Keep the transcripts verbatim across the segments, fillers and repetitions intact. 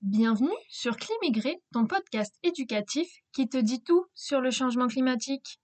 Bienvenue sur Climigré, ton podcast éducatif qui te dit tout sur le changement climatique.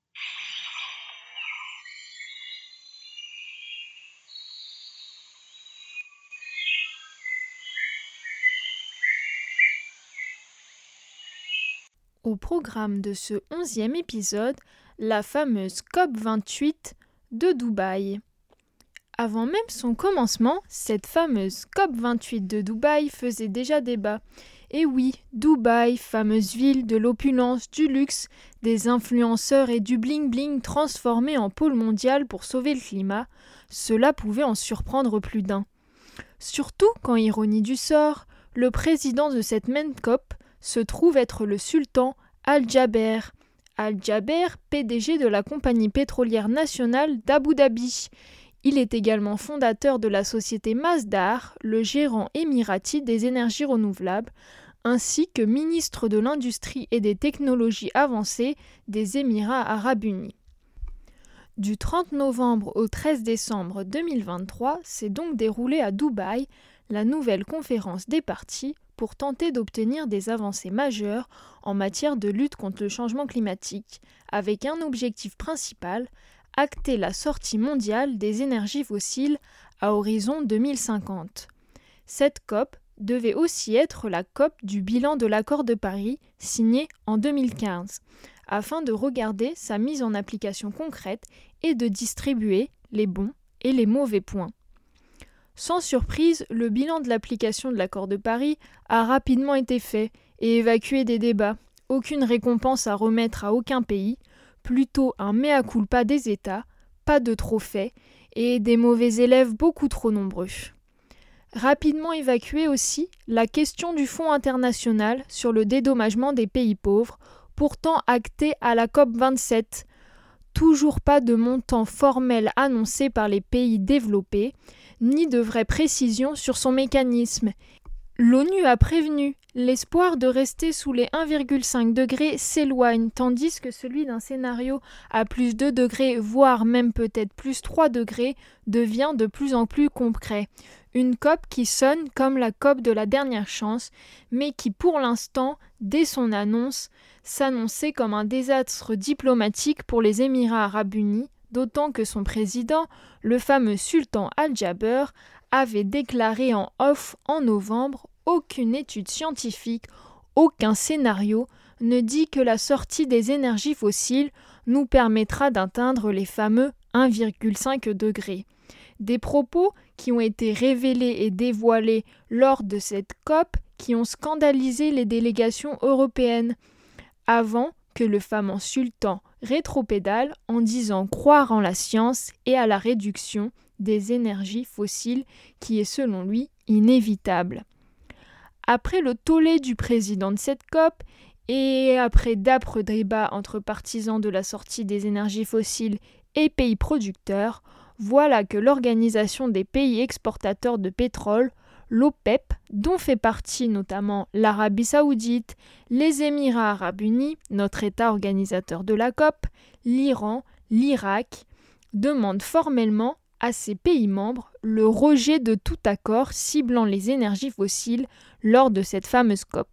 Au programme de ce onzième épisode, la fameuse COP vingt-huit de Dubaï. Avant même son commencement, cette fameuse COP vingt-huit de Dubaï faisait déjà débat. Et oui, Dubaï, fameuse ville de l'opulence, du luxe, des influenceurs et du bling-bling transformés en pôle mondial pour sauver le climat, cela pouvait en surprendre plus d'un. Surtout quand, ironie du sort, le président de cette même COP se trouve être le sultan Al-Jaber. Al-Jaber, P D G de la compagnie pétrolière nationale d'Abu Dhabi. Il est également fondateur de la société Masdar, le gérant émirati des énergies renouvelables, ainsi que ministre de l'Industrie et des Technologies avancées des Émirats arabes unis. Du trente novembre au treize décembre deux mille vingt-trois s'est donc déroulée à Dubaï la nouvelle conférence des parties pour tenter d'obtenir des avancées majeures en matière de lutte contre le changement climatique, avec un objectif principal, acter la sortie mondiale des énergies fossiles à horizon deux mille cinquante. Cette COP devait aussi être la COP du bilan de l'accord de Paris signé en deux mille quinze, afin de regarder sa mise en application concrète et de distribuer les bons et les mauvais points. Sans surprise, le bilan de l'application de l'accord de Paris a rapidement été fait et évacué des débats. Aucune récompense à remettre à aucun pays, plutôt un mea culpa des États, pas de trophées et des mauvais élèves beaucoup trop nombreux. Rapidement évacuée aussi la question du Fonds international sur le dédommagement des pays pauvres, pourtant acté à la COP vingt-sept. Toujours pas de montant formel annoncé par les pays développés, ni de vraie précision sur son mécanisme. L'ONU a prévenu, l'espoir de rester sous les un virgule cinq degrés s'éloigne, tandis que celui d'un scénario à plus deux degrés, voire même peut-être plus trois degrés, devient de plus en plus concret. Une COP qui sonne comme la COP de la dernière chance, mais qui pour l'instant, dès son annonce, s'annonçait comme un désastre diplomatique pour les Émirats arabes unis, d'autant que son président, le fameux sultan Al-Jaber, avait déclaré en off en novembre « Aucune étude scientifique, aucun scénario ne dit que la sortie des énergies fossiles nous permettra d'atteindre les fameux un virgule cinq degrés ». Des propos qui ont été révélés et dévoilés lors de cette COP qui ont scandalisé les délégations européennes, avant que le fameux sultan rétropédale en disant croire en la science et à la réduction des énergies fossiles qui est selon lui inévitable. Après le tollé du président de cette COP et après d'âpres débats entre partisans de la sortie des énergies fossiles et pays producteurs, voilà que l'Organisation des pays exportateurs de pétrole, l'OPEP, dont fait partie notamment l'Arabie saoudite, les Émirats arabes unis, notre État organisateur de la COP, l'Iran, l'Irak, demande formellement à ces pays membres le rejet de tout accord ciblant les énergies fossiles lors de cette fameuse COP.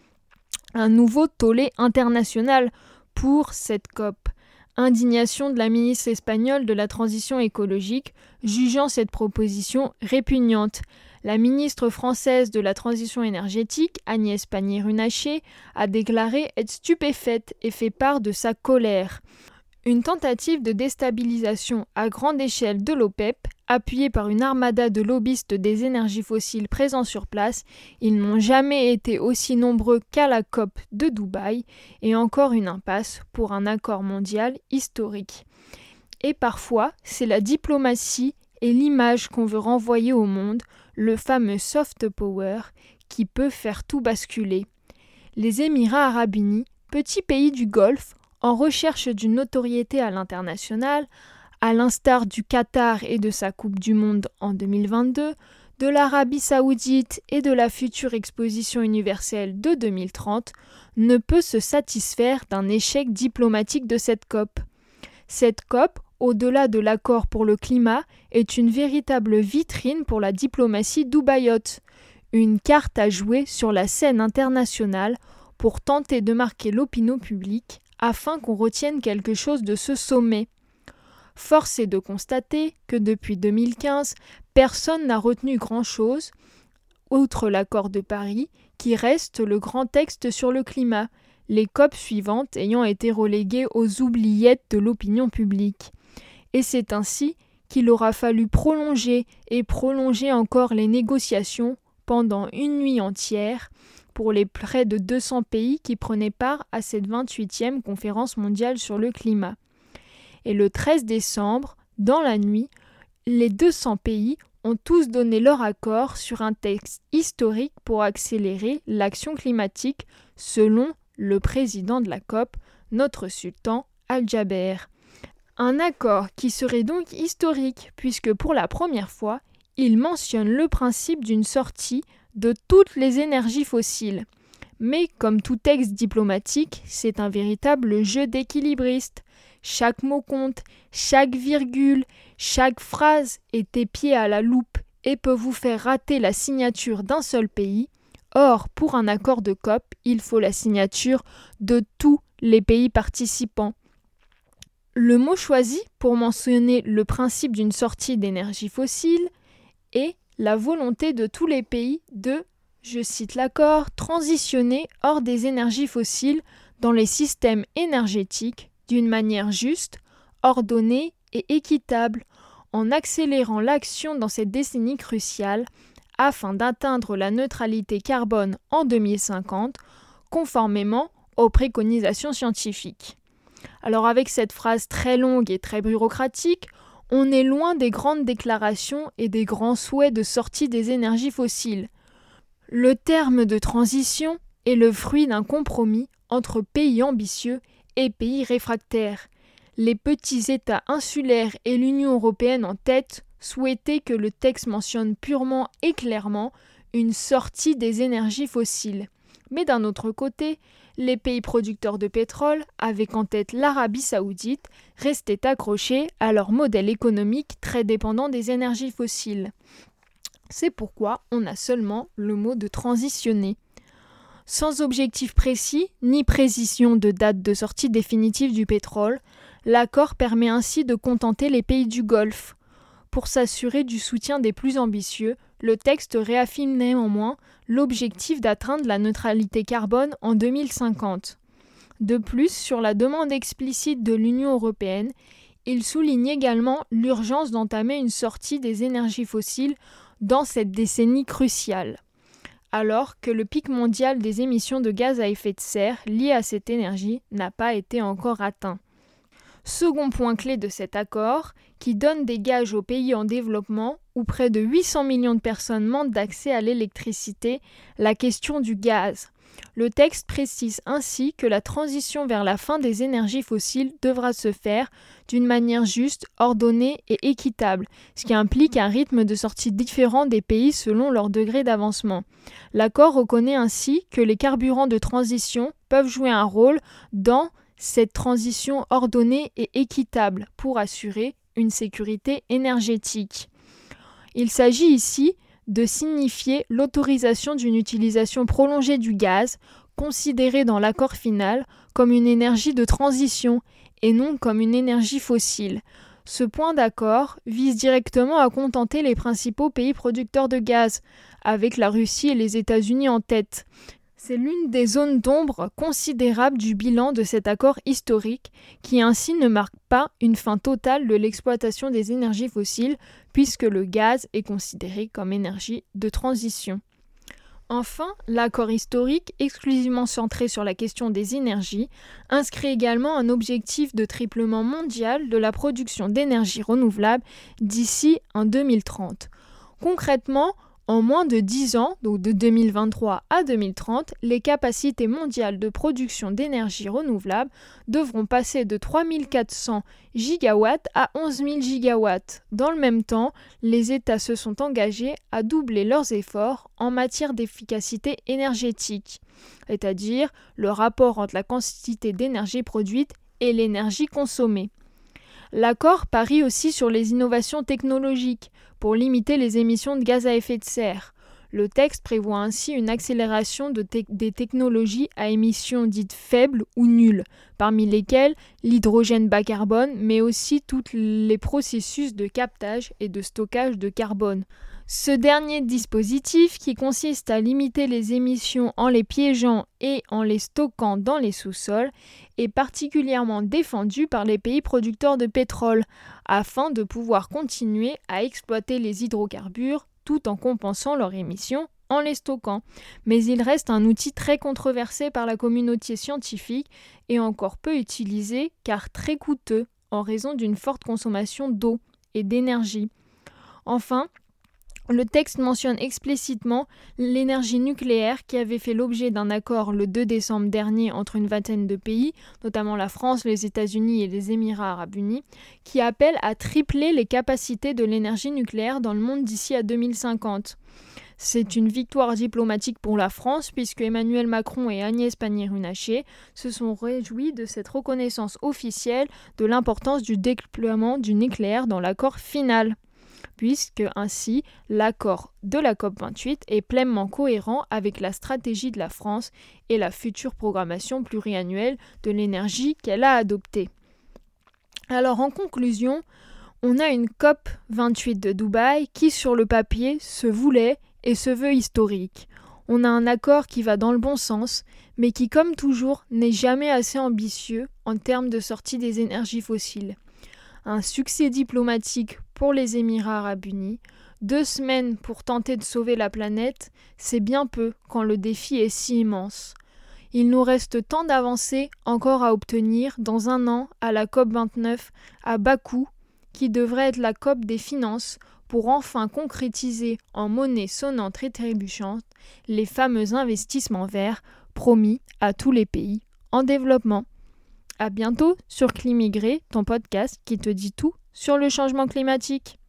Un nouveau tollé international pour cette COP. Indignation de la ministre espagnole de la Transition écologique, jugeant cette proposition répugnante. La ministre française de la Transition énergétique, Agnès Pannier-Runacher, a déclaré être stupéfaite et fait part de sa colère. Une tentative de déstabilisation à grande échelle de l'OPEP, appuyée par une armada de lobbyistes des énergies fossiles présents sur place, ils n'ont jamais été aussi nombreux qu'à la COP de Dubaï, et encore une impasse pour un accord mondial historique. Et parfois, c'est la diplomatie et l'image qu'on veut renvoyer au monde, le fameux soft power, qui peut faire tout basculer. Les Émirats arabes unis, petit pays du Golfe, en recherche d'une notoriété à l'international, à l'instar du Qatar et de sa Coupe du Monde en deux mille vingt-deux, de l'Arabie saoudite et de la future exposition universelle de deux mille trente, ne peut se satisfaire d'un échec diplomatique de cette COP. Cette COP, au-delà de l'accord pour le climat, est une véritable vitrine pour la diplomatie dubaïote. une carte à jouer sur la scène internationale pour tenter de marquer l'opinion publique afin qu'on retienne quelque chose de ce sommet. Force est de constater que depuis deux mille quinze, personne n'a retenu grand-chose, outre l'accord de Paris, qui reste le grand texte sur le climat, les COP suivantes ayant été reléguées aux oubliettes de l'opinion publique. Et c'est ainsi qu'il aura fallu prolonger et prolonger encore les négociations pendant une nuit entière pour les près de deux cents pays qui prenaient part à cette vingt-huitième conférence mondiale sur le climat. Et le treize décembre, dans la nuit, les deux cents pays ont tous donné leur accord sur un texte historique pour accélérer l'action climatique selon le président de la COP, notre sultan Al-Jaber. Un accord qui serait donc historique puisque pour la première fois, il mentionne le principe d'une sortie de toutes les énergies fossiles. Mais comme tout texte diplomatique, c'est un véritable jeu d'équilibriste. Chaque mot compte, chaque virgule, chaque phrase est épiée à la loupe et peut vous faire rater la signature d'un seul pays. Or, pour un accord de COP, il faut la signature de tous les pays participants. Le mot choisi pour mentionner le principe d'une sortie d'énergie fossile est la volonté de tous les pays de, je cite l'accord, transitionner hors des énergies fossiles dans les systèmes énergétiques d'une manière juste, ordonnée et équitable, en accélérant l'action dans cette décennie cruciale afin d'atteindre la neutralité carbone en deux mille cinquante, conformément aux préconisations scientifiques. Alors avec cette phrase très longue et très bureaucratique, on est loin des grandes déclarations et des grands souhaits de sortie des énergies fossiles. Le terme de transition est le fruit d'un compromis entre pays ambitieux et pays réfractaires. Les petits États insulaires et l'Union européenne en tête souhaitaient que le texte mentionne purement et clairement une sortie des énergies fossiles. Mais d'un autre côté, les pays producteurs de pétrole, avec en tête l'Arabie saoudite, restaient accrochés à leur modèle économique très dépendant des énergies fossiles. C'est pourquoi on a seulement le mot de transitionner. Sans objectif précis, ni précision de date de sortie définitive du pétrole, l'accord permet ainsi de contenter les pays du Golfe. Pour s'assurer du soutien des plus ambitieux, le texte réaffirme néanmoins l'objectif d'atteindre la neutralité carbone en deux mille cinquante. De plus, sur la demande explicite de l'Union européenne, il souligne également l'urgence d'entamer une sortie des énergies fossiles dans cette décennie cruciale, alors que le pic mondial des émissions de gaz à effet de serre liées à cette énergie n'a pas été encore atteint. Second point clé de cet accord, qui donne des gages aux pays en développement où près de huit cents millions de personnes manquent d'accès à l'électricité, la question du gaz. Le texte précise ainsi que la transition vers la fin des énergies fossiles devra se faire d'une manière juste, ordonnée et équitable, ce qui implique un rythme de sortie différent des pays selon leur degré d'avancement. L'accord reconnaît ainsi que les carburants de transition peuvent jouer un rôle dans cette transition ordonnée et équitable pour assurer une sécurité énergétique. Il s'agit ici de signifier l'autorisation d'une utilisation prolongée du gaz, considérée dans l'accord final comme une énergie de transition et non comme une énergie fossile. Ce point d'accord vise directement à contenter les principaux pays producteurs de gaz, avec la Russie et les États-Unis en tête. C'est l'une des zones d'ombre considérables du bilan de cet accord historique qui ainsi ne marque pas une fin totale de l'exploitation des énergies fossiles puisque le gaz est considéré comme énergie de transition. Enfin, l'accord historique, exclusivement centré sur la question des énergies, inscrit également un objectif de triplement mondial de la production d'énergie renouvelable d'ici en deux mille trente. Concrètement, en moins de dix ans, donc de deux mille vingt-trois à deux mille trente, les capacités mondiales de production d'énergie renouvelable devront passer de trois mille quatre cents gigawatts à onze mille gigawatts. Dans le même temps, les États se sont engagés à doubler leurs efforts en matière d'efficacité énergétique, c'est-à-dire le rapport entre la quantité d'énergie produite et l'énergie consommée. L'accord parie aussi sur les innovations technologiques pour limiter les émissions de gaz à effet de serre. Le texte prévoit ainsi une accélération de te- des technologies à émissions dites faibles ou nulles, parmi lesquelles l'hydrogène bas carbone, mais aussi tous les processus de captage et de stockage de carbone. Ce dernier dispositif, qui consiste à limiter les émissions en les piégeant et en les stockant dans les sous-sols, est particulièrement défendu par les pays producteurs de pétrole, afin de pouvoir continuer à exploiter les hydrocarbures tout en compensant leurs émissions en les stockant. Mais il reste un outil très controversé par la communauté scientifique et encore peu utilisé car très coûteux en raison d'une forte consommation d'eau et d'énergie. Enfin, le texte mentionne explicitement l'énergie nucléaire qui avait fait l'objet d'un accord le deux décembre dernier entre une vingtaine de pays, notamment la France, les États-Unis et les Émirats arabes unis, qui appelle à tripler les capacités de l'énergie nucléaire dans le monde d'ici à deux mille cinquante. C'est une victoire diplomatique pour la France puisque Emmanuel Macron et Agnès Pannier-Runacher se sont réjouis de cette reconnaissance officielle de l'importance du déploiement du nucléaire dans l'accord final, puisque ainsi l'accord de la COP vingt-huit est pleinement cohérent avec la stratégie de la France et la future programmation pluriannuelle de l'énergie qu'elle a adoptée. Alors en conclusion, on a une COP vingt-huit de Dubaï qui sur le papier se voulait et se veut historique. On a un accord qui va dans le bon sens, mais qui comme toujours n'est jamais assez ambitieux en termes de sortie des énergies fossiles. Un succès diplomatique pour les Émirats arabes unis, deux semaines pour tenter de sauver la planète, c'est bien peu quand le défi est si immense. Il nous reste tant d'avancées encore à obtenir dans un an à la COP vingt-neuf à Bakou, qui devrait être la COP des finances pour enfin concrétiser en monnaie sonnante et trébuchante les fameux investissements verts promis à tous les pays en développement. À bientôt sur Climigré, ton podcast qui te dit tout sur le changement climatique.